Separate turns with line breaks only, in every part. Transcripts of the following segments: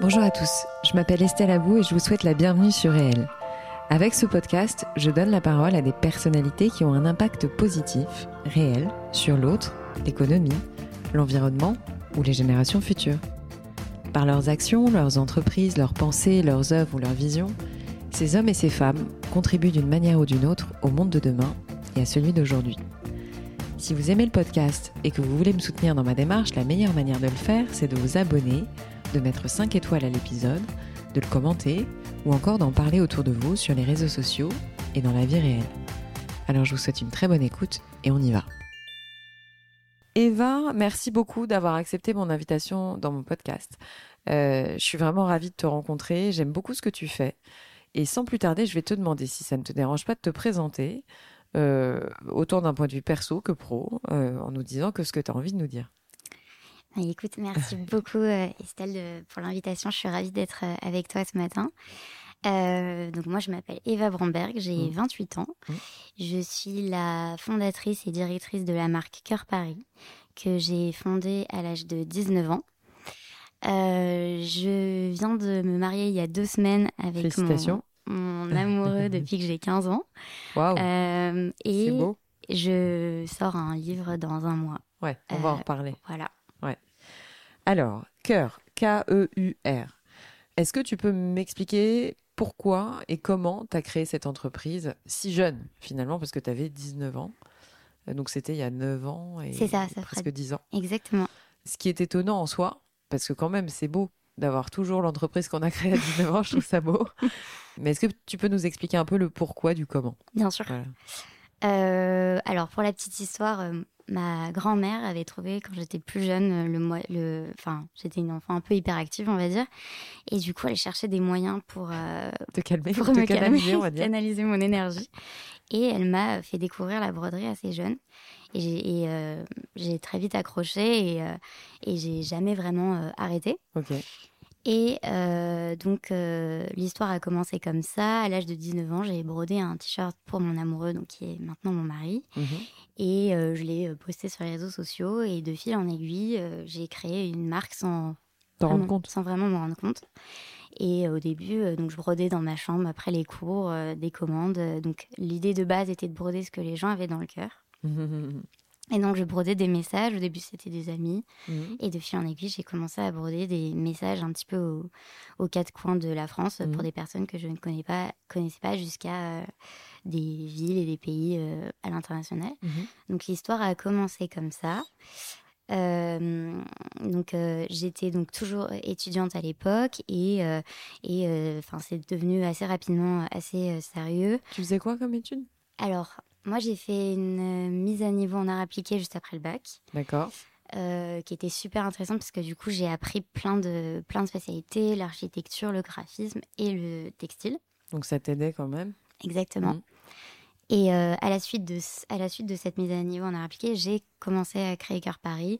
Bonjour à tous, je m'appelle Estelle Abou et je vous souhaite la bienvenue sur Réel. Avec ce podcast, je donne la parole à des personnalités qui ont un impact positif, réel, sur l'autre, l'économie, l'environnement ou les générations futures. Par leurs actions, leurs entreprises, leurs pensées, leurs œuvres ou leurs visions, ces hommes et ces femmes contribuent d'une manière ou d'une autre au monde de demain et à celui d'aujourd'hui. Si vous aimez le podcast et que vous voulez me soutenir dans ma démarche, la meilleure manière de le faire, c'est de vous abonner, de mettre 5 étoiles à l'épisode, de le commenter ou encore d'en parler autour de vous sur les réseaux sociaux et dans la vie réelle. Alors je vous souhaite une très bonne écoute et on y va. Eva, merci beaucoup d'avoir accepté mon invitation dans mon podcast. Je suis vraiment ravie de te rencontrer, j'aime beaucoup ce que tu fais. Et sans plus tarder, je vais te demander, si ça ne te dérange pas, de te présenter, autant d'un point de vue perso que pro, en nous disant que ce que tu as envie de nous dire.
Écoute, merci beaucoup Estelle pour l'invitation. Je suis ravie d'être avec toi ce matin. Donc moi, je m'appelle Eva Bromberg, j'ai 28 ans. Je suis la fondatrice et directrice de la marque Cœur Paris, que j'ai fondée à l'âge de 19 ans. Je viens de me marier il y a 2 semaines avec mon amoureux depuis que j'ai 15 ans.
Waouh,
et
c'est beau.
Je sors un livre dans un mois.
Ouais, on va en reparler.
Voilà.
Ouais. Alors, Cœur, K-E-U-R. Est-ce que tu peux m'expliquer pourquoi et comment tu as créé cette entreprise si jeune, finalement, parce que tu avais 19 ans. Donc, c'était il y a 9 ans et
c'est ça
presque 10 ans.
Exactement.
Ce qui est étonnant en soi, parce que quand même, c'est beau d'avoir toujours l'entreprise qu'on a créée à 19 ans. Je trouve ça beau. Mais est-ce que tu peux nous expliquer un peu le pourquoi du comment ?
Bien sûr. Voilà. Alors, pour la petite histoire, ma grand-mère avait trouvé, quand j'étais plus jeune, j'étais une enfant un peu hyperactive, on va dire. Et du coup, elle cherchait des moyens pour
te calmer,
pour me canaliser, on va dire. Canaliser mon énergie. Et elle m'a fait découvrir la broderie assez jeune. Et j'ai très vite accroché et j'ai jamais vraiment arrêté.
Ok.
Et donc, l'histoire a commencé comme ça. À l'âge de 19 ans, j'ai brodé un t-shirt pour mon amoureux, donc qui est maintenant mon mari. Et je l'ai posté sur les réseaux sociaux. Et de fil en aiguille, j'ai créé une marque sans vraiment me rendre compte. Et au début, donc je brodais dans ma chambre après les cours, des commandes. Donc, l'idée de base était de broder ce que les gens avaient dans le cœur. Et donc, je brodais des messages. Au début, c'était des amis. Et de fil en aiguille, j'ai commencé à broder des messages un petit peu aux 4 coins de la France pour des personnes que je ne connaissais pas jusqu'à des villes et des pays à l'international. Donc, l'histoire a commencé comme ça. J'étais donc toujours étudiante à l'époque et c'est devenu assez rapidement assez sérieux.
Tu faisais quoi comme étude ?
Alors, moi, j'ai fait une mise à niveau en arts appliqués juste après le bac.
D'accord.
Qui était super intéressante parce que du coup, j'ai appris plein de spécialités, l'architecture, le graphisme et le textile.
Donc, ça t'aidait quand même ?
Exactement. Et à la suite de cette mise à niveau en arts appliqués, j'ai commencé à créer Cœur Paris.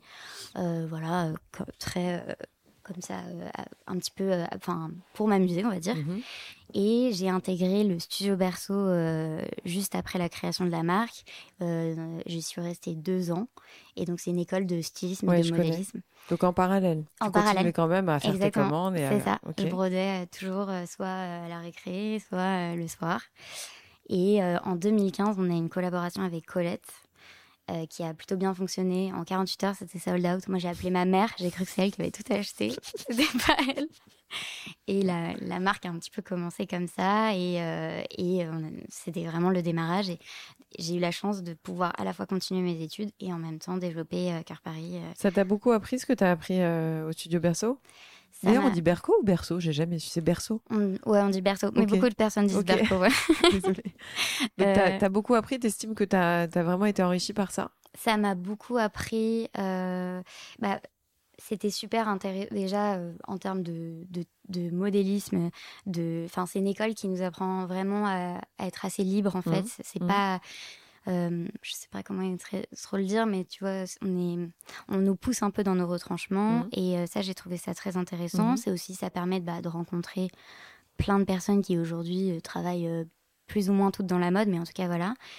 Comme ça, un petit peu, pour m'amuser, on va dire. Et j'ai intégré le studio Berceau juste après la création de la marque. J'y suis restée 2 ans. Et donc, c'est une école de stylisme et de modélisme.
Donc, en parallèle. Tu continuais quand même à faire tes commandes.
C'est ça. Okay. Je brodais toujours soit à la récré, soit le soir. Et en 2015, on a une collaboration avec Colette. Qui a plutôt bien fonctionné. En 48 heures, c'était sold out. Moi, j'ai appelé ma mère. J'ai cru que c'est elle qui avait tout acheté. C'était pas elle. Et la marque a un petit peu commencé comme ça. Et c'était vraiment le démarrage. Et j'ai eu la chance de pouvoir à la fois continuer mes études et en même temps développer Cœur Paris.
Ça t'a beaucoup appris ce que tu as appris au studio Berceau ? D'ailleurs, on dit Berco ou Berceau ? J'ai jamais su. C'est Berceau ?
Ouais, on dit Berceau. Mais beaucoup de personnes disent Berco. Ouais.
Désolée. Donc, t'as beaucoup appris. T'estimes que t'as vraiment été enrichie par ça ?
Ça m'a beaucoup appris. C'était super intéressant. Déjà, en termes de modélisme, c'est une école qui nous apprend vraiment à être assez libre, en fait. C'est pas... je sais pas comment trop le dire, mais tu vois, on nous pousse un peu dans nos retranchements et ça, j'ai trouvé ça très intéressant. C'est aussi, ça permet de rencontrer plein de personnes qui aujourd'hui travaillent plus ou moins toutes dans la mode, mais en tout cas, voilà.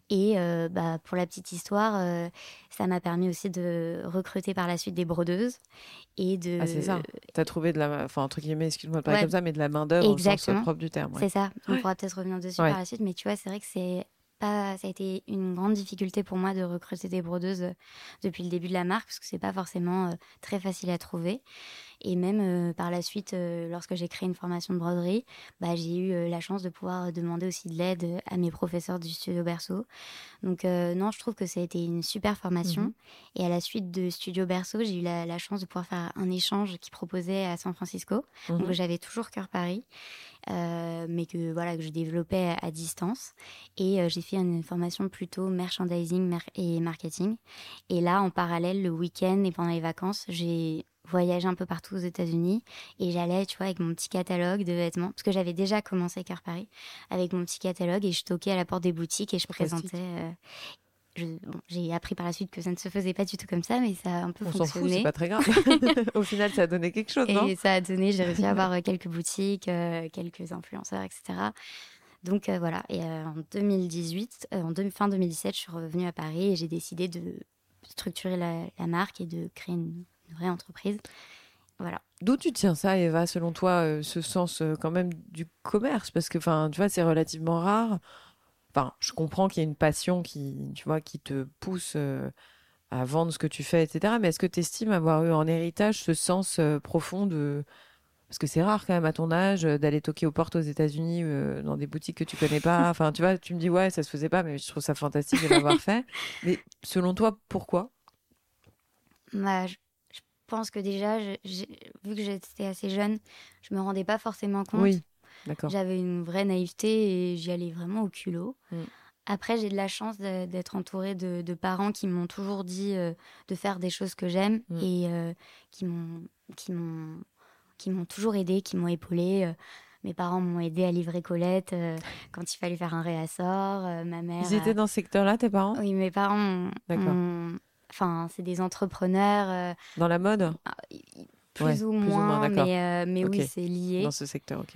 Et pour la petite histoire, ça m'a permis aussi de recruter par la suite des brodeuses et de...
Ah, c'est ça. T'as trouvé entre guillemets, excuse-moi de parler
Ouais,
comme ça, mais de la main-d'œuvre au sens propre du terme. Ouais.
C'est ça. On pourra peut-être revenir dessus par la suite, mais tu vois, c'est vrai que ça a été une grande difficulté pour moi de recruter des brodeuses depuis le début de la marque, parce que c'est pas forcément très facile à trouver. Et même par la suite, lorsque j'ai créé une formation de broderie, j'ai eu la chance de pouvoir demander aussi de l'aide à mes professeurs du Studio Berceau. Donc non, je trouve que ça a été une super formation. Et à la suite de Studio Berceau, j'ai eu la chance de pouvoir faire un échange qu'ils proposaient à San Francisco. Donc j'avais toujours Cœur Paris, mais que je développais à distance. Et j'ai fait une formation plutôt merchandising et marketing. Et là, en parallèle, le week-end et pendant les vacances, j'ai voyagé un peu partout aux États-Unis et j'allais, tu vois, avec mon petit catalogue de vêtements, parce que j'avais déjà commencé Cœur Paris avec mon petit catalogue et je toquais à la porte des boutiques et je présentais. J'ai appris par la suite que ça ne se faisait pas du tout comme ça, mais ça a un peu fonctionné.
On s'en fout, c'est pas très grave. Au final, ça a donné quelque chose, non ?
Et ça a donné, j'ai réussi à avoir quelques boutiques, quelques influenceurs, etc. Donc voilà, et en 2018, fin 2017, je suis revenue à Paris et j'ai décidé de structurer la marque et de créer une vraie entreprise. Voilà.
D'où tu tiens ça, Eva, selon toi, ce sens quand même du commerce ? Parce que, tu vois, c'est relativement rare. Enfin, je comprends qu'il y ait une passion qui te pousse à vendre ce que tu fais, etc. Mais est-ce que tu estimes avoir eu en héritage ce sens profond de... Parce que c'est rare quand même à ton âge d'aller toquer aux portes aux États-Unis dans des boutiques que tu connais pas. Enfin, tu vois, tu me dis ouais, ça se faisait pas, mais je trouve ça fantastique de l'avoir fait. Mais selon toi, pourquoi ?
Je pense que déjà, vu que j'étais assez jeune, je me rendais pas forcément compte.
Oui, d'accord.
J'avais une vraie naïveté et j'y allais vraiment au culot. Après, j'ai de la chance d'être entourée de parents qui m'ont toujours dit de faire des choses que j'aime et qui m'ont toujours aidée, qui m'ont épaulée. Mes parents m'ont aidée à livrer Colette quand il fallait faire un réassort. Ma mère.
Ils étaient dans ce secteur-là, tes parents ?
Oui, mes parents Enfin, c'est des entrepreneurs.
Dans la mode ?
Plus ou moins, mais
okay.
Oui, c'est lié.
Dans ce secteur, ok.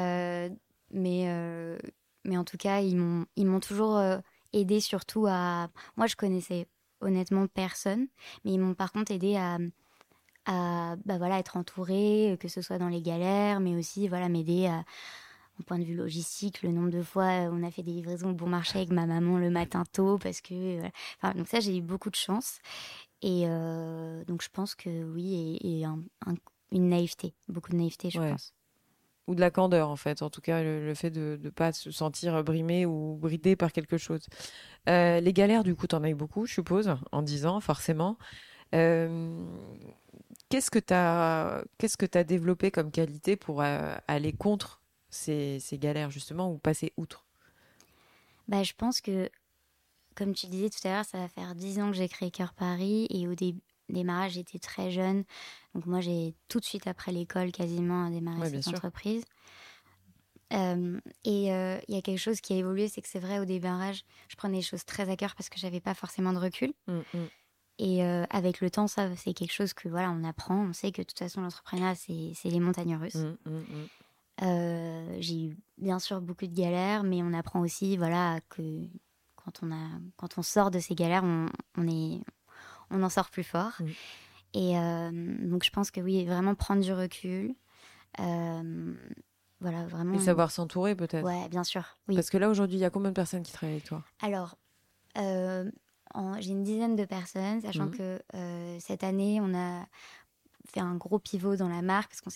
Mais en tout cas, ils m'ont toujours aidé surtout à... Moi, je connaissais honnêtement personne, mais ils m'ont par contre aidé à être entourée, que ce soit dans les galères, mais aussi m'aider au point de vue logistique, le nombre de fois on a fait des livraisons au bon marché avec ma maman le matin tôt, parce que... donc ça, j'ai eu beaucoup de chance. Et donc je pense que oui, et une naïveté, beaucoup de naïveté, je pense.
Ou de la candeur, en fait. En tout cas, le fait de ne pas se sentir brimé ou bridé par quelque chose. Les galères, du coup, t'en as eu beaucoup, je suppose, en 10 ans, forcément. Qu'est-ce que t'as développé comme qualité pour aller contre ces galères, justement, ou passer outre ?
Je pense que, comme tu disais tout à l'heure, ça va faire 10 ans que j'ai créé Cœur Paris. Et au démarrage, j'étais très jeune. Donc moi, j'ai tout de suite après l'école quasiment démarré cette entreprise. Et il y a quelque chose qui a évolué, c'est que c'est vrai, au démarrage, je prenais les choses très à cœur parce que j'avais pas forcément de recul. Et avec le temps, ça, c'est quelque chose que on apprend. On sait que de toute façon, l'entrepreneuriat, c'est les montagnes russes. J'ai eu bien sûr beaucoup de galères, mais on apprend aussi que quand on sort de ces galères, on en sort plus fort. Et donc je pense que oui, vraiment prendre du recul. Vraiment.
Et savoir s'entourer peut-être.
Ouais, bien sûr. Oui.
Parce que là aujourd'hui, il y a combien de personnes qui travaillent avec toi ?
Alors, j'ai une dizaine de personnes, sachant que cette année, on a fait un gros pivot dans la marque parce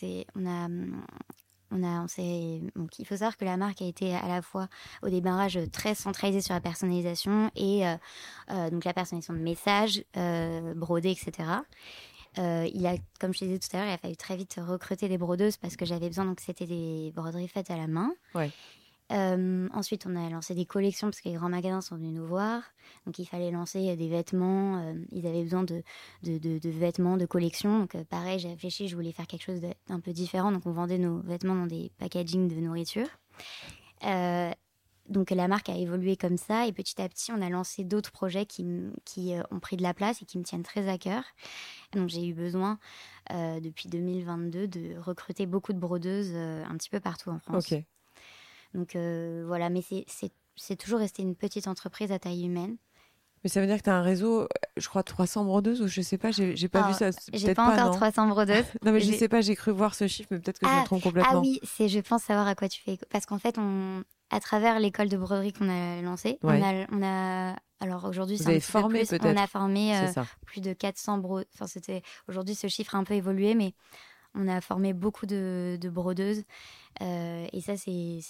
donc il faut savoir que la marque a été à la fois au démarrage très centralisée sur la personnalisation et donc la personnalisation de messages, brodés, etc. Comme je te disais tout à l'heure, il a fallu très vite recruter des brodeuses parce que j'avais besoin, donc c'était des broderies faites à la main.
Ouais.
Ensuite, on a lancé des collections parce que les grands magasins sont venus nous voir. Donc, il fallait lancer des vêtements. Ils avaient besoin de vêtements, de collections. Donc, pareil, j'ai réfléchi, je voulais faire quelque chose d'un peu différent. Donc, on vendait nos vêtements dans des packagings de nourriture. Donc, la marque a évolué comme ça. Et petit à petit, on a lancé d'autres projets qui ont pris de la place et qui me tiennent très à cœur. Donc, j'ai eu besoin, depuis 2022, de recruter beaucoup de brodeuses un petit peu partout en France.
Ok.
Donc voilà, mais c'est c'est toujours resté une petite entreprise à taille humaine.
Mais ça veut dire que tu as un réseau, je crois, 300 brodeuses ou je sais pas, j'ai pas vu ça.
J'ai pas encore 300 brodeuses.
Non, mais je sais pas, j'ai cru voir ce chiffre, mais peut-être que je me trompe complètement.
Ah oui, je pense savoir à quoi tu fais. Parce qu'en fait, à travers l'école de broderie qu'on a lancée, on a alors aujourd'hui, c'est un petit peu plus. On a formé plus de 400 brodeuses. Enfin, aujourd'hui, ce chiffre a un peu évolué, mais on a formé beaucoup de brodeuses. Et ça, c'est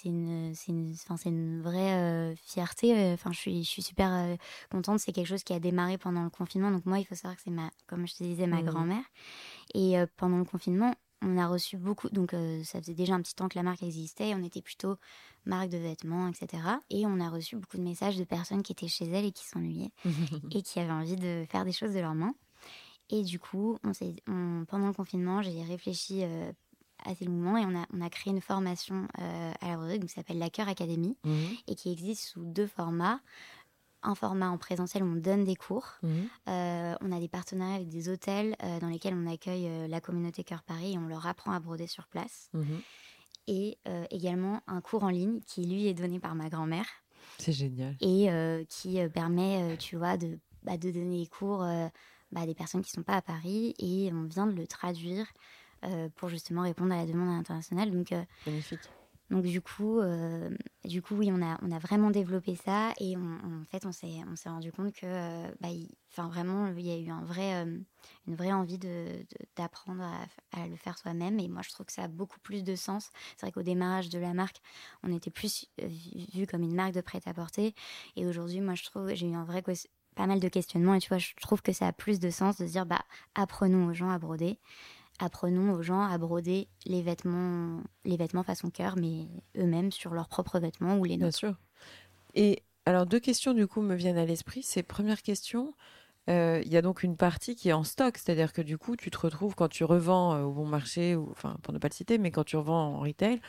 une vraie fierté. Enfin, je suis super contente. C'est quelque chose qui a démarré pendant le confinement. Donc moi, il faut savoir que c'est comme je te disais, ma grand-mère. Et pendant le confinement, on a reçu beaucoup. Donc ça faisait déjà un petit temps que la marque existait. On était plutôt marque de vêtements, etc. Et on a reçu beaucoup de messages de personnes qui étaient chez elles et qui s'ennuyaient et qui avaient envie de faire des choses de leurs mains. Et du coup, pendant le confinement, j'ai réfléchi à ces moments et on a créé une formation à la broderie qui s'appelle la Cœur Academy et qui existe sous 2 formats. Un format en présentiel où on donne des cours. On a des partenariats avec des hôtels dans lesquels on accueille la communauté Cœur Paris et on leur apprend à broder sur place. Et également un cours en ligne qui, lui, est donné par ma grand-mère.
C'est génial.
Et qui permet, tu vois, de donner des cours à des personnes qui ne sont pas à Paris. Et on vient de le traduire pour justement répondre à la demande internationale. Donc,
magnifique.
Donc du coup, oui, on a vraiment développé ça et en fait, on s'est rendu compte que, vraiment, il y a eu une vraie envie d'apprendre à le faire soi-même. Et moi, je trouve que ça a beaucoup plus de sens. C'est vrai qu'au démarrage de la marque, on était plus vu comme une marque de prêt-à-porter. Et aujourd'hui, moi, je trouve, j'ai eu pas mal de questionnements. Et tu vois, je trouve que ça a plus de sens de se dire, apprenons aux gens à broder. Apprenons aux gens à broder les vêtements façon cœur, mais eux-mêmes sur leurs propres vêtements ou les nôtres.
Bien sûr. Et alors, 2 questions du coup me viennent à l'esprit. Première question, il y a donc une partie qui est en stock, c'est-à-dire que du coup, tu te retrouves quand tu revends au bon marché, enfin pour ne pas le citer, mais quand tu revends en retail,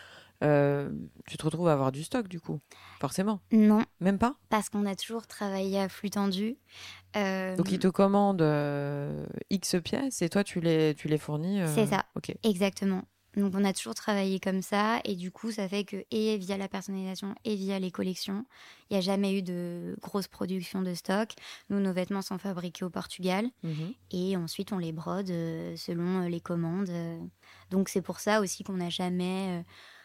tu te retrouves à avoir du stock du coup, forcément.
Non.
Même pas ?
Parce qu'on a toujours travaillé à flux tendu.
Donc ils te commandent X pièces et toi tu les fournis.
C'est ça,
okay.
Exactement. Donc on a toujours travaillé comme ça et du coup ça fait que et via la personnalisation et via les collections, il n'y a jamais eu de grosse production de stock. Nous, nos vêtements sont fabriqués au Portugal et ensuite on les brode selon les commandes. Donc c'est pour ça aussi qu'on n'a jamais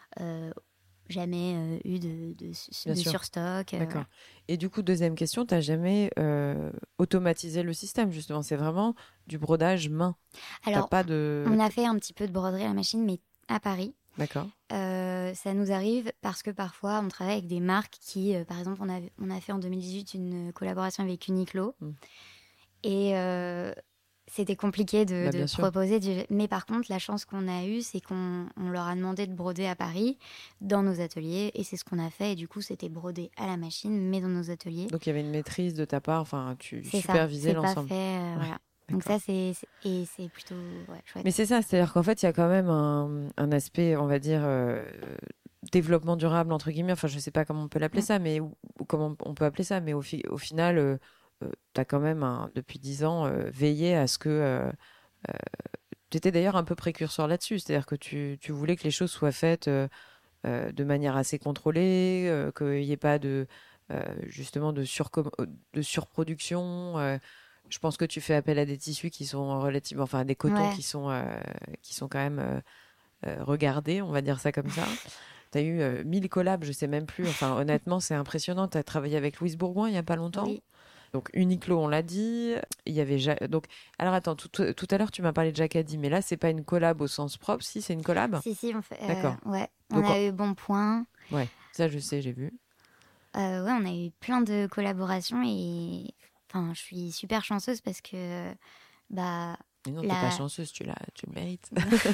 eu de surstock.
D'accord. Et du coup, deuxième question, tu n'as jamais automatisé le système, justement. C'est vraiment du brodage main.
Alors, on a fait un petit peu de broderie à la machine, mais à Paris.
D'accord.
Ça nous arrive parce que parfois, on travaille avec des marques qui, par exemple, on a fait en 2018 une collaboration avec Uniqlo. Et c'était compliqué de proposer. Mais par contre, la chance qu'on a eue, c'est qu'on leur a demandé de broder à Paris, dans nos ateliers. Et c'est ce qu'on a fait. Et du coup, c'était brodé à la machine, mais dans nos ateliers.
Donc, il y avait une maîtrise de ta part. Enfin, tu supervisais l'ensemble.
C'est pas fait, voilà. Donc ça, c'est plutôt chouette.
Mais c'est ça, c'est-à-dire qu'en fait, il y a quand même un aspect, on va dire, développement durable, entre guillemets. Enfin, je sais pas comment on peut l'appeler ça, mais ou comment on peut appeler ça. Mais au final... tu as quand même, depuis 10 ans, veillé à ce que... tu étais d'ailleurs un peu précurseur là-dessus, c'est-à-dire que tu voulais que les choses soient faites de manière assez contrôlée, qu'il n'y ait pas justement de surproduction. Je pense que tu fais appel à des tissus qui sont relativement... Enfin, à des cotons qui sont quand même regardés, on va dire ça comme ça. Tu as eu 1000 collabs, je sais même plus. Enfin, honnêtement, c'est impressionnant. Tu as travaillé avec Louise Bourgoin il n'y a pas longtemps.
Oui.
Donc Uniqlo, on l'a dit. Il y avait donc alors attends, tout à l'heure tu m'as parlé de Jacadi, mais là c'est pas une collab au sens propre, si c'est une collab.
Si on fait.
D'accord.
Ouais. On a eu Bon Point.
Ouais, ça je sais, j'ai vu.
On a eu plein de collaborations et enfin je suis super chanceuse parce que
Mais non, t'es pas chanceuse, tu le mérites.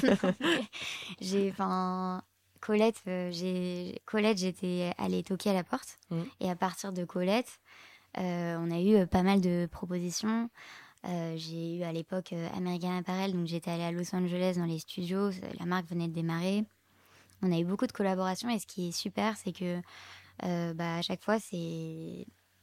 Colette, j'étais allée toquer à la porte et à partir de Colette. On a eu pas mal de propositions. J'ai eu à l'époque American Apparel, donc j'étais allée à Los Angeles dans les studios. La marque venait de démarrer. On a eu beaucoup de collaborations et ce qui est super, c'est que à chaque fois, c'est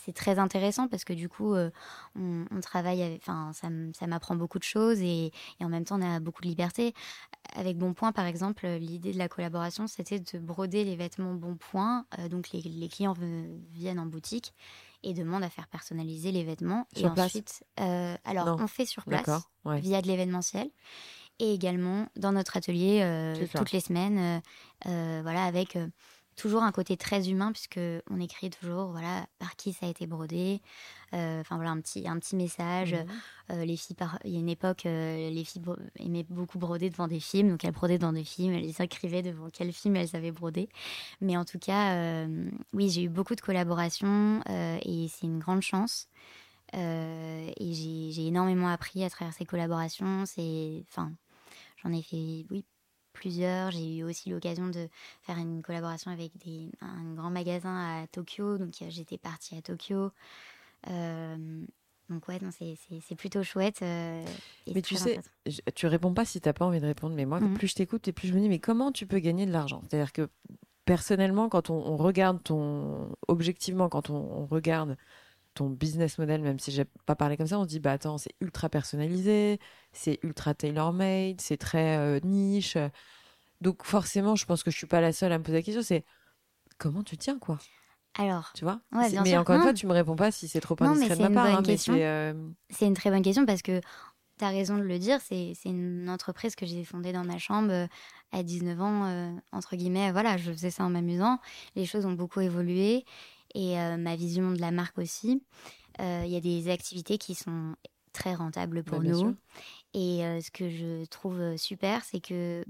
c'est très intéressant parce que du coup, on travaille, ça m'apprend beaucoup de choses et en même temps, on a beaucoup de liberté. Avec Bonpoint, par exemple, l'idée de la collaboration, c'était de broder les vêtements Bonpoint. Donc, les clients viennent en boutique et demandent à faire personnaliser les vêtements.
Sur
et
place
ensuite, on fait sur place via de l'événementiel. Et également dans notre atelier toutes les semaines, avec toujours un côté très humain puisque on écrit toujours par qui ça a été brodé, un petit message. Les filles, il y a une époque, les filles aimaient beaucoup broder devant des films, donc elles brodaient dans des films, elles écrivaient devant quel film elles avaient brodé. Mais en tout cas, oui, j'ai eu beaucoup de collaborations et c'est une grande chance. Et j'ai énormément appris à travers ces collaborations. J'en ai fait, plusieurs. J'ai eu aussi l'occasion de faire une collaboration avec un grand magasin à Tokyo. Donc, j'étais partie à Tokyo. Donc, ouais, non, c'est plutôt chouette.
Mais tu sais, tu réponds pas si t'as pas envie de répondre. Mais moi, plus je t'écoute et plus je me dis, mais comment tu peux gagner de l'argent ? C'est-à-dire que, personnellement, quand on regarde objectivement, quand on regarde ton business model, même si j'ai pas parlé comme ça, on se dit, bah attends, c'est ultra personnalisé, c'est ultra tailor-made, c'est très niche. Donc forcément, je pense que je suis pas la seule à me poser la question, c'est comment tu tiens, quoi ?
Alors,
tu vois ?
Ouais,
mais encore une fois, tu me réponds pas si c'est trop indiscret de ma part.
C'est une très bonne question parce que tu as raison de le dire, c'est une entreprise que j'ai fondée dans ma chambre à 19 ans, entre guillemets. Voilà, je faisais ça en m'amusant. Les choses ont beaucoup évolué et ma vision de la marque aussi. Il y a des activités qui sont très rentables pour nous. Sûr. Et ce que je trouve super, c'est que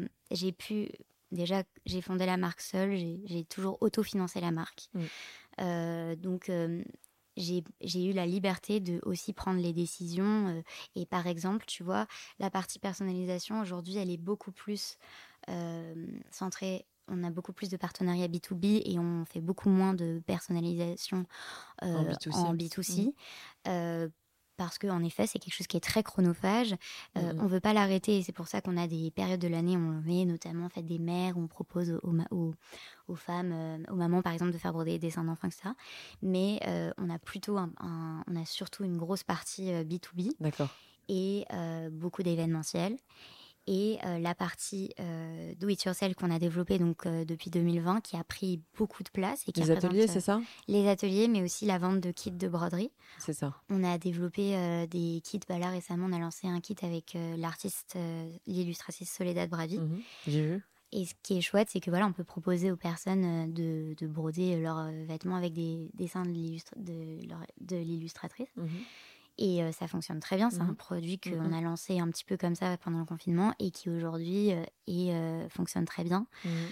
j'ai fondé la marque seule, j'ai toujours autofinancé la marque. Donc, j'ai eu la liberté de aussi prendre les décisions. Et par exemple, tu vois, la partie personnalisation, aujourd'hui, elle est beaucoup plus centrée. On a beaucoup plus de partenariats B2B et on fait beaucoup moins de personnalisation en B2C. Parce qu'en effet, c'est quelque chose qui est très chronophage. On ne veut pas l'arrêter et c'est pour ça qu'on a des périodes de l'année où on le met, notamment en fait, des mères, où on propose aux femmes, aux mamans par exemple, de faire broder des dessins d'enfants, etc. Mais on a surtout une grosse partie B2B.
D'accord.
Et beaucoup d'événementiels. Et la partie do it yourself qu'on a développée depuis 2020 qui a pris beaucoup de place. Et qui
les ateliers, c'est ça ?
Les ateliers, mais aussi la vente de kits de broderie.
C'est ça.
On a développé des kits. Là, récemment, on a lancé un kit avec l'illustratrice Soledad Bravi.
J'ai vu.
Et ce qui est chouette, c'est que on peut proposer aux personnes de broder leurs vêtements avec des dessins de l'illustratrice. Et ça fonctionne très bien. C'est un produit qu'on a lancé un petit peu comme ça pendant le confinement et qui aujourd'hui fonctionne très bien.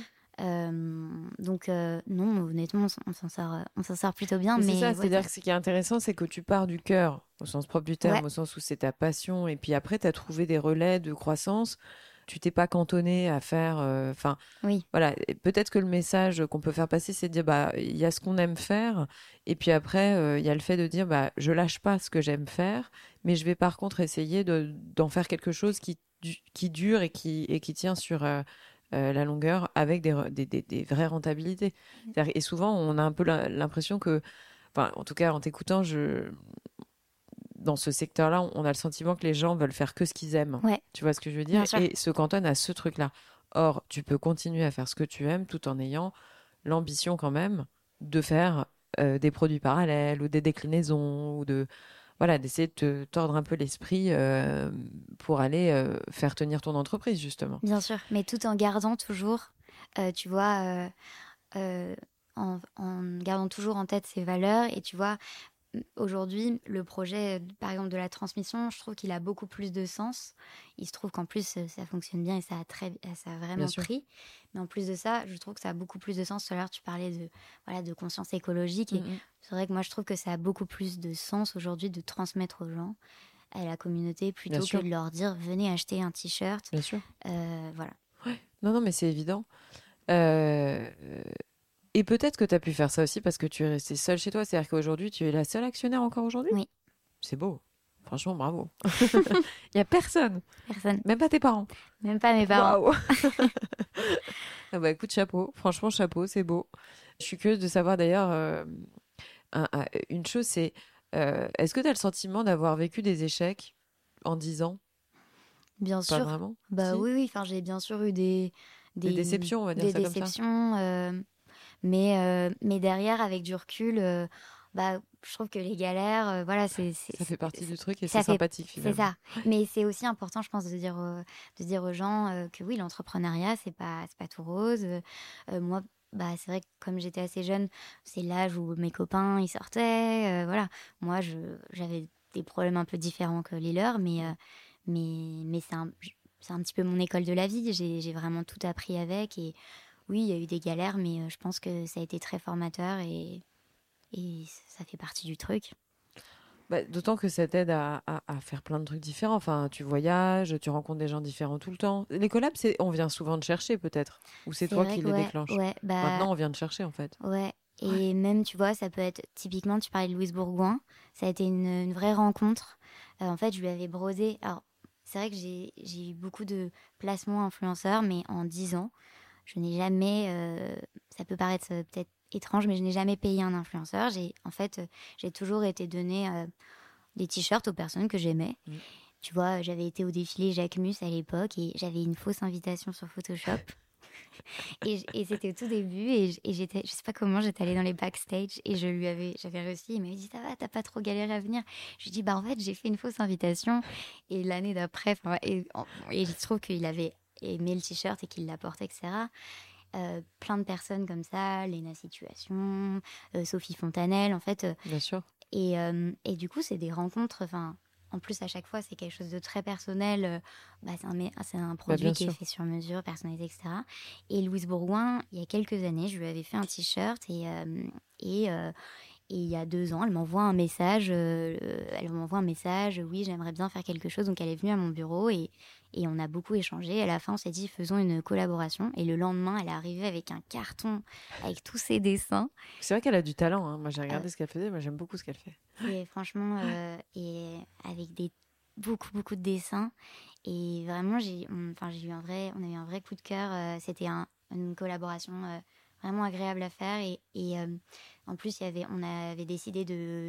Donc non, honnêtement, on s'en sort plutôt bien. Mais
c'est ça, c'est-à-dire que ce qui est intéressant, c'est que tu pars du cœur, au sens propre du terme, au sens où c'est ta passion. Et puis après, tu as trouvé des relais de croissance. Tu t'es pas cantonné à faire... Voilà. Et peut-être que le message qu'on peut faire passer, c'est de dire, il y a ce qu'on aime faire. Et puis après, il y a le fait de dire, je lâche pas ce que j'aime faire, mais je vais par contre essayer d'en faire quelque chose qui dure et qui tient sur la longueur avec des vraies rentabilités. Et souvent, on a un peu l'impression que... en tout cas, en t'écoutant, dans ce secteur-là, on a le sentiment que les gens veulent faire que ce qu'ils aiment.
Ouais.
Tu vois ce que je veux dire ? Et se cantonnent à ce truc-là. Or, tu peux continuer à faire ce que tu aimes tout en ayant l'ambition quand même de faire des produits parallèles ou des déclinaisons ou d'essayer de te tordre un peu l'esprit pour aller faire tenir ton entreprise, justement.
Bien sûr, mais tout en gardant toujours, tu vois, en gardant toujours en tête ses valeurs. Et tu vois, aujourd'hui, le projet, par exemple, de la transmission, je trouve qu'il a beaucoup plus de sens. Il se trouve qu'en plus, ça fonctionne bien et ça a vraiment pris. Mais en plus de ça, je trouve que ça a beaucoup plus de sens. Tout à l'heure, tu parlais de conscience écologique. Et c'est vrai que moi, je trouve que ça a beaucoup plus de sens aujourd'hui de transmettre aux gens, à la communauté, plutôt que de leur dire « venez acheter un t-shirt ».
Bien sûr.
Voilà.
Ouais. Non, mais c'est évident. Et peut-être que tu as pu faire ça aussi parce que tu es restée seule chez toi. C'est-à-dire qu'aujourd'hui, tu es la seule actionnaire encore aujourd'hui ?
Oui.
C'est beau. Franchement, bravo. Il n'y a personne.
Personne.
Même pas tes parents.
Même pas mes parents.
Wow. Écoute, chapeau. Franchement, chapeau, c'est beau. Je suis curieuse de savoir d'ailleurs Une chose, c'est est-ce que tu as le sentiment d'avoir vécu des échecs en 10 ans?
Bien
Pas
sûr.
vraiment?
Bah
Si?
oui. Enfin, j'ai bien sûr eu
Des déceptions, on va dire
des
ça comme ça.
déceptions. Mais derrière, avec du recul, bah, je trouve que les galères, voilà,
Ça fait partie du truc et c'est
ça fait,
sympathique
c'est
finalement.
ça. Mais c'est aussi important, je pense, de dire aux gens que oui, l'entrepreneuriat, c'est pas tout rose. Moi, bah, c'est vrai que comme j'étais assez jeune, c'est l'âge où mes copains, ils sortaient. Voilà. Moi, j'avais des problèmes un peu différents que les leurs, mais c'est un petit peu mon école de la vie. J'ai vraiment tout appris avec. Et oui, il y a eu des galères, mais je pense que ça a été très formateur et ça fait partie du truc.
Bah, d'autant que ça t'aide à faire plein de trucs différents. Enfin, tu voyages, tu rencontres des gens différents tout le temps. Les collabs, on vient souvent te chercher peut-être. Ou c'est
C'est
toi
vrai
qui
que
les déclenches.
bah
Maintenant, on vient te chercher en fait.
ouais. Et même, tu vois, ça peut être typiquement, tu parlais de Louise Bourgoin, ça a été une vraie rencontre. En fait, je lui avais brodé. Alors, c'est vrai que j'ai eu beaucoup de placements influenceurs, mais en 10 ans, je n'ai jamais, ça peut paraître peut-être étrange, mais je n'ai jamais payé un influenceur. J'ai toujours été donné des t-shirts aux personnes que j'aimais.
Mm.
Tu vois, j'avais été au défilé Jacquemus à l'époque et j'avais une fausse invitation sur Photoshop. Et c'était au tout début et j'étais, je sais pas comment, j'étais allée dans les backstage et j'avais réussi. Il m'avait dit, ça va, t'as pas trop galéré à venir. Je lui ai dit, bah en fait, j'ai fait une fausse invitation. Et l'année d'après, et il se trouve qu'il avait aimé le t-shirt et qu'il l'a porté, etc. Plein de personnes comme ça, Léna Situation, Sophie Fontanelle, en fait.
Bien sûr.
Et du coup, c'est des rencontres, enfin, en plus, à chaque fois, c'est quelque chose de très personnel. Bah, c'est un
Bah,
produit
bien
qui est
sûr.
fait sur mesure, personnalisé, etc. Et Louise Bourgoin, il y a quelques années, je lui avais fait un t-shirt et, euh, et il y a 2 ans, elle m'envoie un message, oui, j'aimerais bien faire quelque chose. Donc elle est venue à mon bureau et on a beaucoup échangé. À la fin, on s'est dit, faisons une collaboration. Et le lendemain, elle est arrivée avec un carton avec tous ses dessins.
C'est vrai qu'elle a du talent, hein. Moi, j'ai
Euh,
regardé ce qu'elle faisait. Moi, j'aime beaucoup ce qu'elle fait.
C'est franchement, et avec beaucoup de dessins. Et vraiment, on a eu un vrai coup de cœur. C'était une collaboration vraiment agréable à faire. En plus, on avait décidé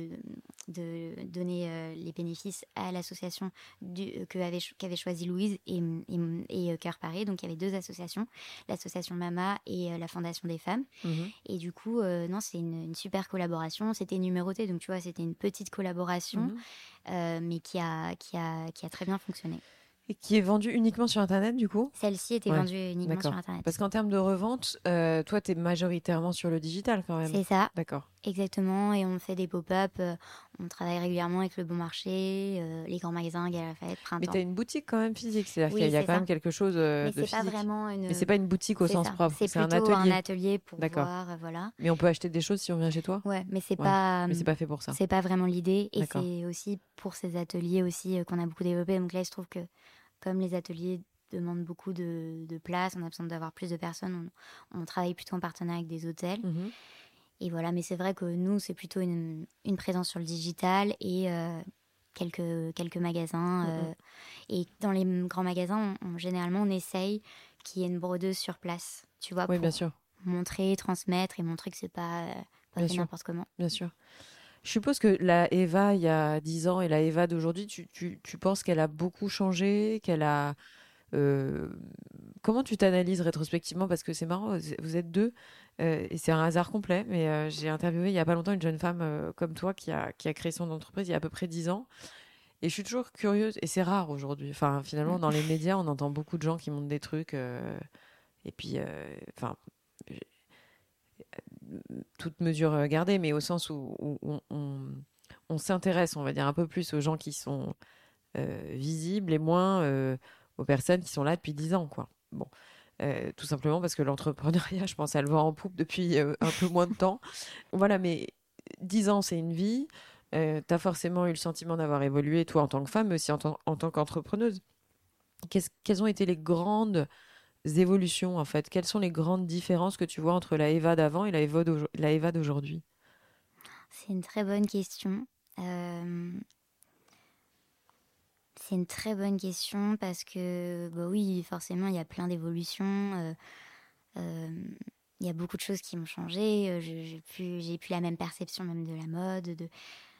de donner les bénéfices à l'association qu'avait choisi Louise et Cœur Paris. Donc, il y avait 2 associations, l'association Mama et la Fondation des femmes.
Mhm.
Et du coup, non, c'est une super collaboration. C'était numéroté, donc tu vois, c'était une petite collaboration,
Mhm.
mais qui a très bien fonctionné.
Et qui est vendu uniquement sur Internet, du coup?
Celle-ci était
Ouais,
vendue uniquement sur
d'accord.
Internet.
Parce qu'en termes de revente, toi, tu es majoritairement sur le digital quand même.
C'est ça,
D'accord.
exactement. Et on fait des pop-up. On travaille régulièrement avec le Bon Marché, les grands magasins, Galeries Lafayette,
Mais tu as
Printemps.
une boutique quand même physique, c'est-à-dire qu'il
Oui,
y a
c'est
quand
ça.
même quelque chose
Mais
de
c'est pas
physique.
vraiment
Mais c'est pas une boutique au
C'est
sens
ça.
propre,
C'est
c'est un
plutôt un
atelier.
atelier pour
D'accord.
voir, voilà.
Mais on peut acheter des choses si on vient chez toi?
Ouais, mais
Ouais. Mais c'est pas fait pour ça.
c'est pas vraiment l'idée. Et
D'accord.
c'est aussi pour ces ateliers aussi qu'on a beaucoup développé. Donc là, il se trouve que comme les ateliers demandent beaucoup de place, on a besoin d'avoir plus de personnes, on travaille plutôt en partenariat avec des hôtels.
Mhm.
Et voilà, mais c'est vrai que nous, c'est plutôt une présence sur le digital et quelques magasins.
Mhm.
Et dans les grands magasins, généralement, on essaye qu'il y ait une brodeuse sur place, tu vois,
Oui, bien
pour
sûr.
montrer, transmettre et montrer que c'est pas
Bien
fait
sûr.
n'importe comment.
Bien sûr. Je suppose que la Eva il y a 10 ans et la Eva d'aujourd'hui, tu penses qu'elle a beaucoup changé, qu'elle a... euh, Comment tu t'analyses rétrospectivement? Parce que c'est marrant, vous êtes deux, et c'est un hasard complet, mais j'ai interviewé il y a pas longtemps une jeune femme comme toi qui a créé son entreprise il y a à peu près 10 ans. Et je suis toujours curieuse, et c'est rare aujourd'hui. Enfin, finalement, dans les médias, on entend beaucoup de gens qui montent des trucs, et puis, enfin, toute mesure gardée, mais au sens où on s'intéresse, on va dire, un peu plus aux gens qui sont visibles et moins aux personnes qui sont là depuis 10 ans, quoi. Bon, tout simplement parce que l'entrepreneuriat, je pense, elle va en poupe depuis un peu moins de temps. Voilà, mais 10 ans, c'est une vie. Tu as forcément eu le sentiment d'avoir évolué, toi, en tant que femme, mais aussi en tant qu'entrepreneuse. Quelles ont été les grandes évolutions, en fait? Quelles sont les grandes différences que tu vois entre la Eva d'avant et la Eva d'aujourd'hui?
C'est une très bonne question. Euh, c'est une très bonne question parce que, bah oui, forcément, il y a plein d'évolutions. Euh, il y a beaucoup de choses qui ont changé. J'ai plus la même perception même de la mode.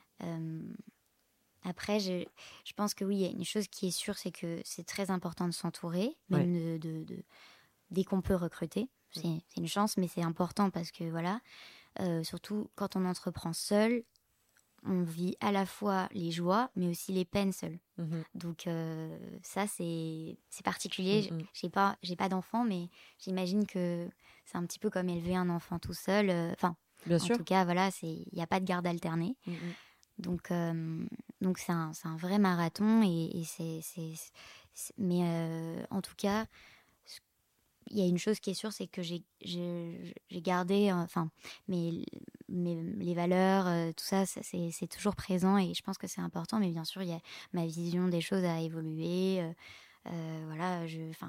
Après, je pense que oui, il y a une chose qui est sûre, c'est que c'est très important de s'entourer, même dès qu'on peut recruter. C'est une chance, mais c'est important parce que voilà, surtout quand on entreprend seul, on vit à la fois les joies, mais aussi les peines seul. Donc ça, c'est particulier. J'ai pas d'enfant, mais j'imagine que c'est un petit peu comme élever un enfant tout seul. Enfin,
Bien
en
sûr.
tout cas, voilà, il n'y a pas de garde alternée. Donc c'est un vrai marathon mais en tout cas, il y a une chose qui est sûre, c'est que j'ai gardé enfin les valeurs, tout ça, c'est toujours présent et je pense que c'est important. Mais bien sûr, il y a ma vision des choses à évoluer. Voilà,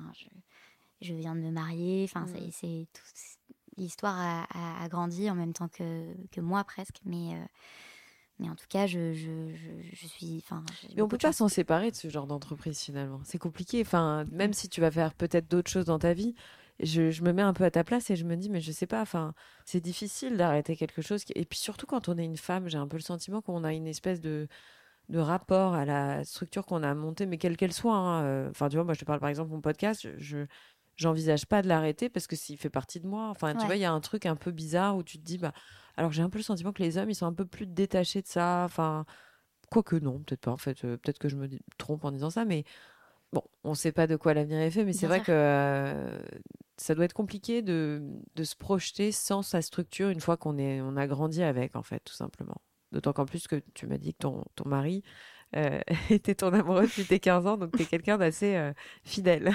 je viens de me marier. Enfin, l'histoire a grandi en même temps que moi presque, mais en tout cas, je suis. Enfin,
mais on peut pas s'en séparer de ce genre d'entreprise finalement. C'est compliqué. Enfin, même si tu vas faire peut-être d'autres choses dans ta vie, je me mets un peu à ta place et je me dis, mais je sais pas. Enfin, c'est difficile d'arrêter quelque chose. Et puis surtout quand on est une femme, j'ai un peu le sentiment qu'on a une espèce de rapport à la structure qu'on a montée, mais quelle qu'elle soit. Enfin, tu vois, moi, je te parle par exemple de mon podcast. J'envisage pas de l'arrêter parce que s'il fait partie de moi. Enfin, tu vois, il y a un truc un peu bizarre où tu te dis, bah, alors j'ai un peu le sentiment que les hommes, ils sont un peu plus détachés de ça. Enfin, quoique non, peut-être pas. En fait, peut-être que je me trompe en disant ça, mais bon, on sait pas de quoi l'avenir est fait. Mais c'est vrai que ça doit être compliqué de se projeter sans sa structure une fois on a grandi avec, en fait, tout simplement. D'autant qu'en plus que tu m'as dit que ton mari était ton amoureux depuis tes 15 ans, donc tu es quelqu'un d'assez fidèle.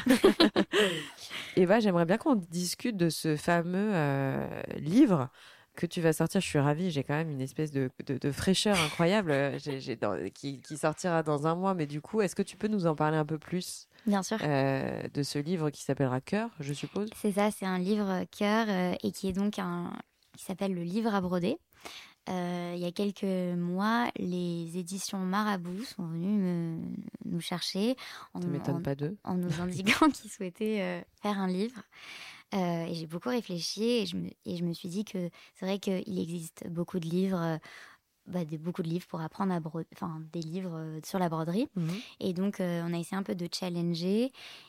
Eva, j'aimerais bien qu'on discute de ce fameux livre que tu vas sortir. Je suis ravie, j'ai quand même une espèce de fraîcheur incroyable qui sortira dans un mois. Mais du coup, est-ce que tu peux nous en parler un peu plus?
Bien sûr.
De ce livre qui s'appellera Cœur, je suppose.
C'est ça, c'est un livre Cœur et qui est donc qui s'appelle Le Livre à broder. Il y a quelques mois, les éditions Marabout sont venues nous chercher en nous indiquant qu'ils souhaitaient faire un livre. Et j'ai beaucoup réfléchi et je me suis dit que c'est vrai qu'il existe beaucoup de livres. Beaucoup de livres pour apprendre à broder, enfin des livres sur la broderie. Et donc on a essayé un peu de challenger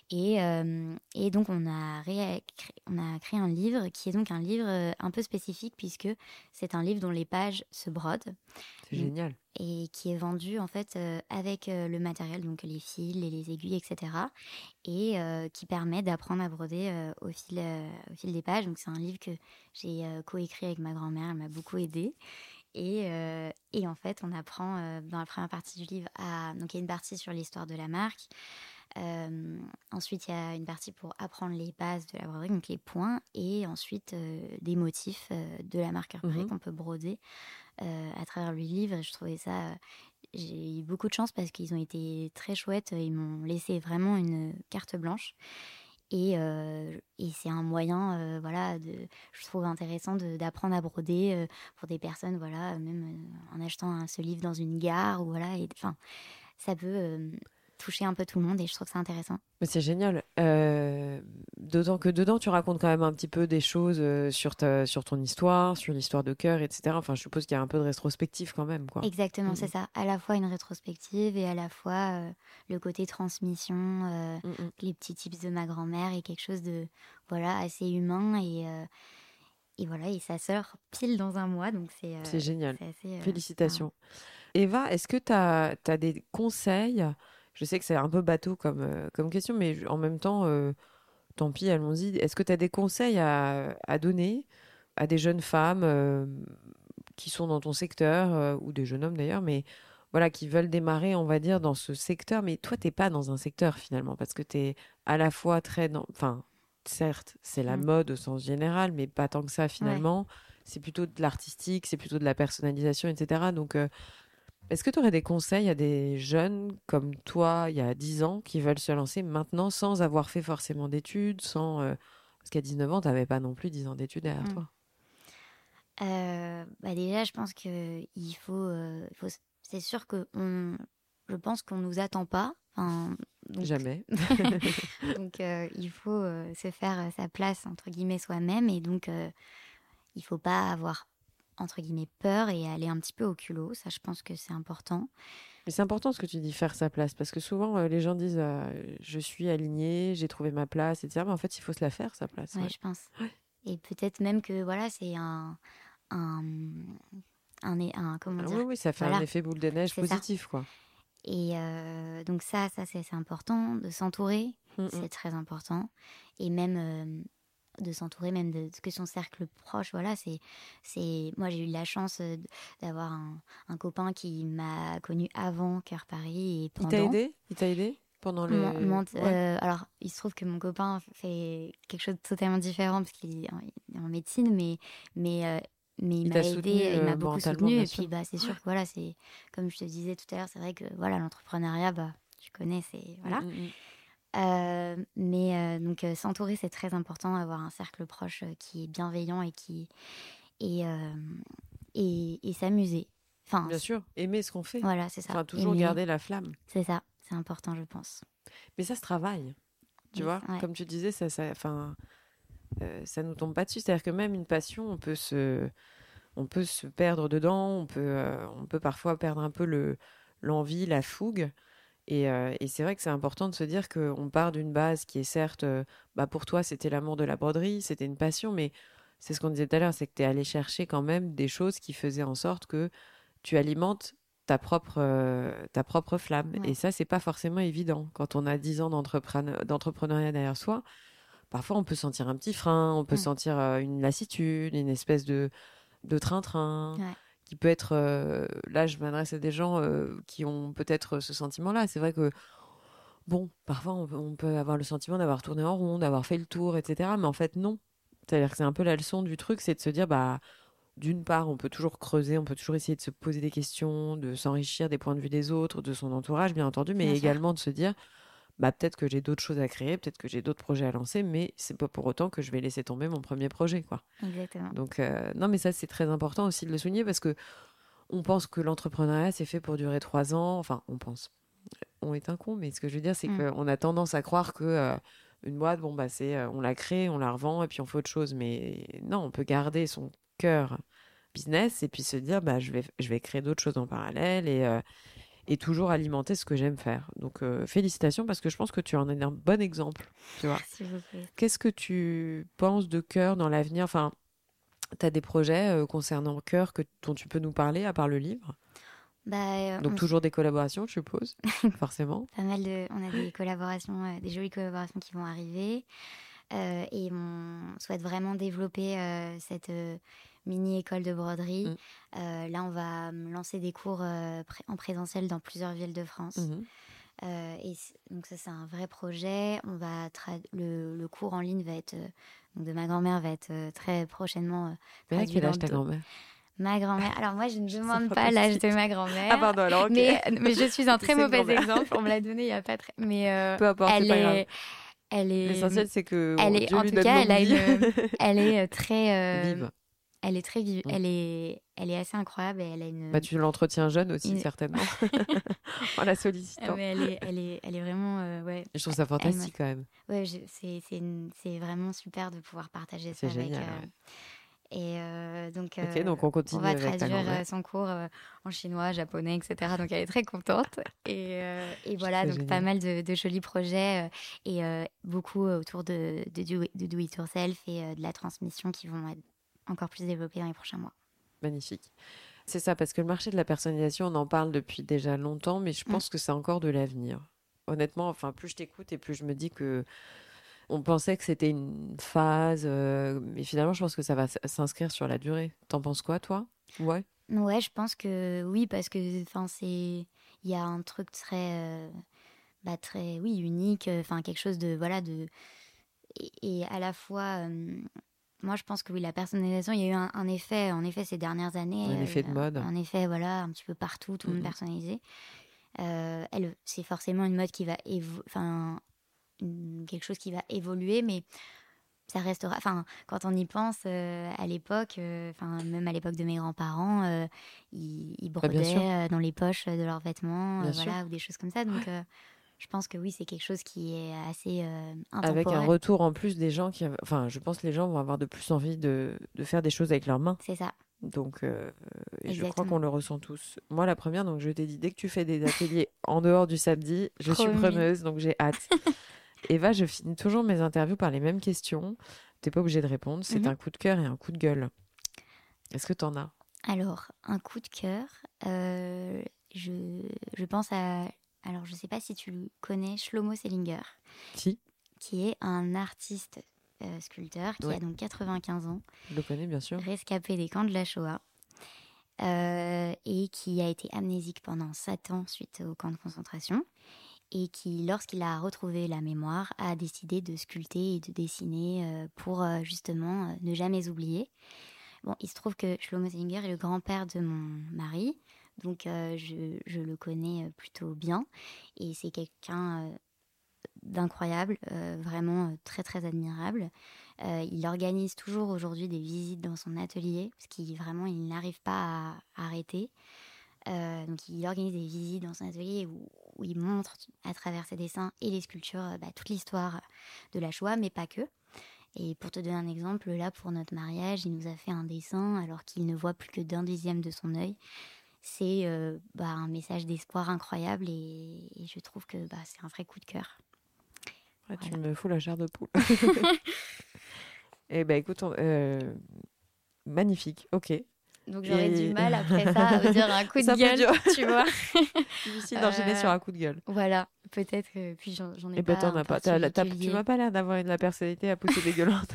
et donc on a créé un livre qui est donc un livre un peu spécifique puisque c'est un livre dont les pages se brodent.
C'est génial.
Et qui est vendu en fait avec le matériel, donc les fils et les aiguilles, etc. Et qui permet d'apprendre à broder au fil des pages. Donc c'est un livre que j'ai coécrit avec ma grand-mère, elle m'a beaucoup aidée. Et en fait, on apprend dans la première partie du livre donc il y a une partie sur l'histoire de la marque. Ensuite, il y a une partie pour apprendre les bases de la broderie, donc les points, et ensuite des motifs de la marque Burberry qu'on peut broder à travers le livre. Et je trouvais ça... j'ai eu beaucoup de chance parce qu'ils ont été très chouettes. Ils m'ont laissé vraiment une carte blanche. Et c'est un moyen, voilà, je trouve intéressant d'apprendre à broder pour des personnes, voilà, même en achetant ce livre dans une gare, ou voilà, enfin, ça peut toucher un peu tout le monde et je trouve ça intéressant.
Mais c'est génial. D'autant que dedans, tu racontes quand même un petit peu des choses sur ton histoire, sur l'histoire de Cœur, etc. Enfin, je suppose qu'il y a un peu de rétrospective quand même, quoi.
Exactement, c'est ça. À la fois une rétrospective et à la fois le côté transmission, les petits tips de ma grand-mère et quelque chose de, voilà, assez humain et voilà, et sa sœur pile dans un mois, donc
c'est génial.
C'est assez,
félicitations. Eva, est-ce que tu as des conseils? Je sais que c'est un peu bateau comme question, mais en même temps, tant pis, allons-y. Est-ce que tu as des conseils à donner à des jeunes femmes qui sont dans ton secteur, ou des jeunes hommes d'ailleurs, mais voilà, qui veulent démarrer, on va dire, dans ce secteur? Mais toi, t'es pas dans un secteur finalement, parce que tu es à la fois très... Enfin, certes, c'est la mode au sens général, mais pas tant que ça finalement. Ouais. C'est plutôt de l'artistique, c'est plutôt de la personnalisation, etc. Donc... est-ce que tu aurais des conseils à des jeunes comme toi, il y a 10 ans, qui veulent se lancer maintenant sans avoir fait forcément d'études, parce qu'à 19 ans, tu n'avais pas non plus 10 ans d'études derrière toi?
Déjà, je pense qu'il faut... c'est sûr je pense qu'on ne nous attend pas. Enfin, Donc,
Jamais.
donc il faut se faire sa place, entre guillemets, soi-même. Et donc, il faut pas avoir, entre guillemets, peur et aller un petit peu au culot. Ça, je pense que c'est important.
Mais c'est important ce que tu dis, faire sa place, parce que souvent les gens disent je suis alignée, j'ai trouvé ma place, etc. Mais en fait, il faut se la faire, sa place.
Ouais, je pense. Et peut-être même que voilà, c'est un comment dire,
oui, ça fait un effet boule de neige positif, quoi.
Et donc ça c'est important de s'entourer, c'est très important. Et même de s'entourer même de que son cercle proche, voilà, c'est moi j'ai eu la chance d'avoir un copain qui m'a connue avant Cœur Paris et pendant.
Il t'a aidé pendant les...
Alors il se trouve que mon copain fait quelque chose de totalement différent parce qu'il est en médecine, mais il m'a aidé, il m'a beaucoup soutenu. Et puis c'est sûr que voilà, c'est comme je te disais tout à l'heure, c'est vrai que voilà, l'entrepreneuriat, tu connais, c'est voilà. Donc s'entourer, c'est très important, avoir un cercle proche qui est bienveillant et s'amuser. Enfin,
bien sûr, aimer ce qu'on fait.
Voilà, c'est ça.
Enfin, toujours garder la flamme.
C'est ça, c'est important, je pense.
Mais ça se travaille, tu vois. Ouais. Comme tu disais, ça nous tombe pas dessus. C'est-à-dire que même une passion, on peut se perdre dedans, on peut parfois perdre un peu l'envie, la fougue. Et c'est vrai que c'est important de se dire qu'on part d'une base qui est certes, pour toi, c'était l'amour de la broderie, c'était une passion, mais c'est ce qu'on disait tout à l'heure, c'est que tu es allé chercher quand même des choses qui faisaient en sorte que tu alimentes ta propre flamme. Ouais. Et ça, c'est pas forcément évident. Quand on a 10 ans d'entrepreneuriat derrière soi, parfois on peut sentir un petit frein, on peut sentir une lassitude, une espèce de train-train. Ouais. Qui peut être... là, je m'adresse à des gens qui ont peut-être ce sentiment-là. C'est vrai que, parfois, on peut avoir le sentiment d'avoir tourné en rond, d'avoir fait le tour, etc. Mais en fait, non. C'est-à-dire que c'est un peu la leçon du truc, c'est de se dire, d'une part, on peut toujours creuser, on peut toujours essayer de se poser des questions, de s'enrichir des points de vue des autres, de son entourage, bien entendu, mais également de se dire... peut-être que j'ai d'autres choses à créer, peut-être que j'ai d'autres projets à lancer, mais c'est pas pour autant que je vais laisser tomber mon premier projet, quoi.
Exactement.
Donc, non, mais ça, c'est très important aussi de le souligner parce que on pense que l'entrepreneuriat, c'est fait pour durer 3 ans. Enfin, on pense. On est un con, mais ce que je veux dire, c'est qu'on a tendance à croire que une boîte, on la crée, on la revend et puis on fait autre chose. Mais non, on peut garder son cœur business et puis se dire, je vais créer d'autres choses en parallèle et toujours alimenter ce que j'aime faire. Donc, félicitations parce que je pense que tu en es un bon exemple. Tu vois.
Merci beaucoup.
Qu'est-ce que tu penses de Cœur dans l'avenir ? Enfin, tu as des projets concernant Cœur dont tu peux nous parler à part le livre ? Donc, toujours des collaborations, je suppose, forcément.
Pas mal on a des collaborations, des jolies collaborations qui vont arriver. Et on souhaite vraiment développer cette mini-école de broderie. Là, on va lancer des cours en présentiel dans plusieurs villes de France. Et donc ça, c'est un vrai projet. On va le cours en ligne va être donc de ma grand-mère va être très prochainement.
Mais à quel âge ta grand-mère ?
Ma grand-mère. Alors moi, je ne demande pas l'âge de ma grand-mère.
Ah pardon, alors ok.
Mais je suis un très mauvais exemple. On me l'a donné il y a pas très. Mais
peu importe, c'est pas grave.
Elle est.
L'essentiel, c'est que.
En tout cas, elle est très.
Vive.
Elle est très vive. Elle est assez incroyable et elle a une.
Tu l'entretiens jeune aussi, certainement. En la sollicitant.
Mais elle est vraiment. Ouais.
Je trouve ça fantastique quand même.
Ouais, c'est vraiment super de pouvoir partager ça avec.
Génial.
Et donc
on continue.
On va traduire son cours en chinois, japonais, etc. Donc elle est très contente. Et voilà, donc génial. Pas mal de jolis projets et beaucoup autour de do it yourself et de la transmission qui vont être encore plus développés dans les prochains mois.
Magnifique. C'est ça, parce que le marché de la personnalisation, on en parle depuis déjà longtemps, mais je pense que c'est encore de l'avenir. Honnêtement, plus je t'écoute et plus je me dis que on pensait que c'était une phase, mais finalement, je pense que ça va s'inscrire sur la durée. T'en penses quoi, toi ? Ouais,
je pense que oui, parce que il y a un truc très, très unique, quelque chose de et à la fois. Moi, je pense que oui, la personnalisation, il y a eu un effet, en effet, ces dernières années.
Un effet de mode.
Un effet, un petit peu partout, tout le monde personnalisé. C'est forcément une mode qui va quelque chose qui va évoluer, mais ça restera. Quand on y pense, à l'époque, même à l'époque de mes grands-parents, ils brodaient dans les poches de leurs vêtements, ou des choses comme ça. Donc, je pense que oui, c'est quelque chose qui est assez intemporel.
Avec un retour en plus des gens qui... Enfin, je pense que les gens vont avoir de plus envie de faire des choses avec leurs mains.
C'est ça.
Donc, je crois qu'on le ressent tous. Moi, la première, donc je t'ai dit, dès que tu fais des ateliers en dehors du samedi, je suis preneuse, donc j'ai hâte. Eva, je finis toujours mes interviews par les mêmes questions. T'es pas obligée de répondre. C'est un coup de cœur et un coup de gueule. Est-ce que t'en as ?
Alors, un coup de cœur, je pense à... Alors, je sais pas si tu connais Shlomo Selinger.
Si.
Qui est un artiste sculpteur qui a donc 95 ans.
Je le connais, bien sûr.
Rescapé des camps de la Shoah. Et qui a été amnésique pendant 7 ans suite au camp de concentration. Et qui, lorsqu'il a retrouvé la mémoire, a décidé de sculpter et de dessiner pour justement ne jamais oublier. Bon, il se trouve que Shlomo Selinger est le grand-père de mon mari, donc je le connais plutôt bien. Et c'est quelqu'un d'incroyable, vraiment très très admirable. Il organise toujours aujourd'hui des visites dans son atelier, parce qu'il n'arrive pas à arrêter. Donc il organise des visites dans son atelier où il montre à travers ses dessins et les sculptures toute l'histoire de la Shoah, mais pas que. Et pour te donner un exemple, là pour notre mariage, il nous a fait un dessin alors qu'il ne voit plus que d'1/10 de son œil. C'est un message d'espoir incroyable et je trouve que c'est un vrai coup de cœur.
Ouais, voilà. Tu me fous la chair de poule. Eh ben écoute, magnifique, ok.
Donc j'aurais du mal après ça à me dire un coup de gueule, tu vois.
Difficile d'enchaîner sur un coup de gueule.
Voilà, peut-être que puis j'en ai
pas. T'en as pas. Tu m'as pas l'air d'avoir de la personnalité à pousser des gueulantes.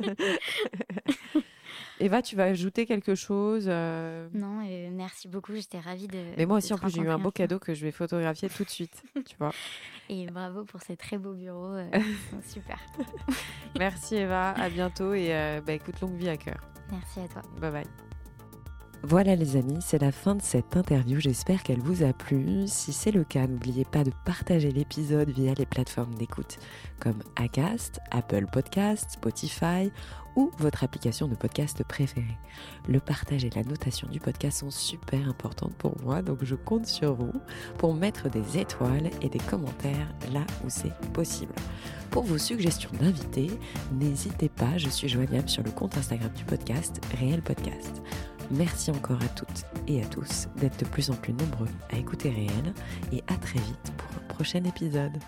Eva, tu vas ajouter quelque chose
Non, merci beaucoup, j'étais ravie de...
Mais moi aussi, en plus, j'ai eu un beau cadeau que je vais photographier tout de suite, tu vois.
Et bravo pour ces très beaux bureaux, super.
Merci Eva, à bientôt et écoute, longue vie à cœur.
Merci à toi.
Bye bye. Voilà les amis, c'est la fin de cette interview, j'espère qu'elle vous a plu. Si c'est le cas, n'oubliez pas de partager l'épisode via les plateformes d'écoute comme Acast, Apple Podcasts, Spotify ou votre application de podcast préférée. Le partage et la notation du podcast sont super importantes pour moi, donc je compte sur vous pour mettre des étoiles et des commentaires là où c'est possible. Pour vos suggestions d'invités, n'hésitez pas, je suis joignable sur le compte Instagram du podcast, Réel Podcast. Merci encore à toutes et à tous d'être de plus en plus nombreux à écouter Réel et à très vite pour un prochain épisode.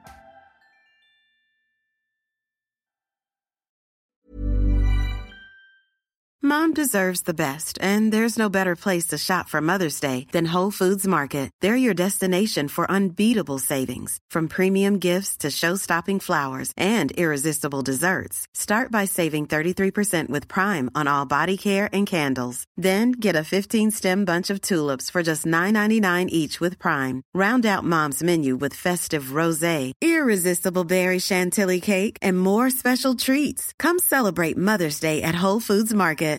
Mom deserves the best, and there's no better place to shop for Mother's Day than Whole Foods Market. They're your destination for unbeatable savings, from premium gifts to show-stopping flowers and irresistible desserts. Start by saving 33% with Prime on all body care and candles. Then get a 15-stem bunch of tulips for just $9.99 each with Prime. Round out Mom's menu with festive rosé, irresistible berry chantilly cake, and more special treats. Come celebrate Mother's Day at Whole Foods Market.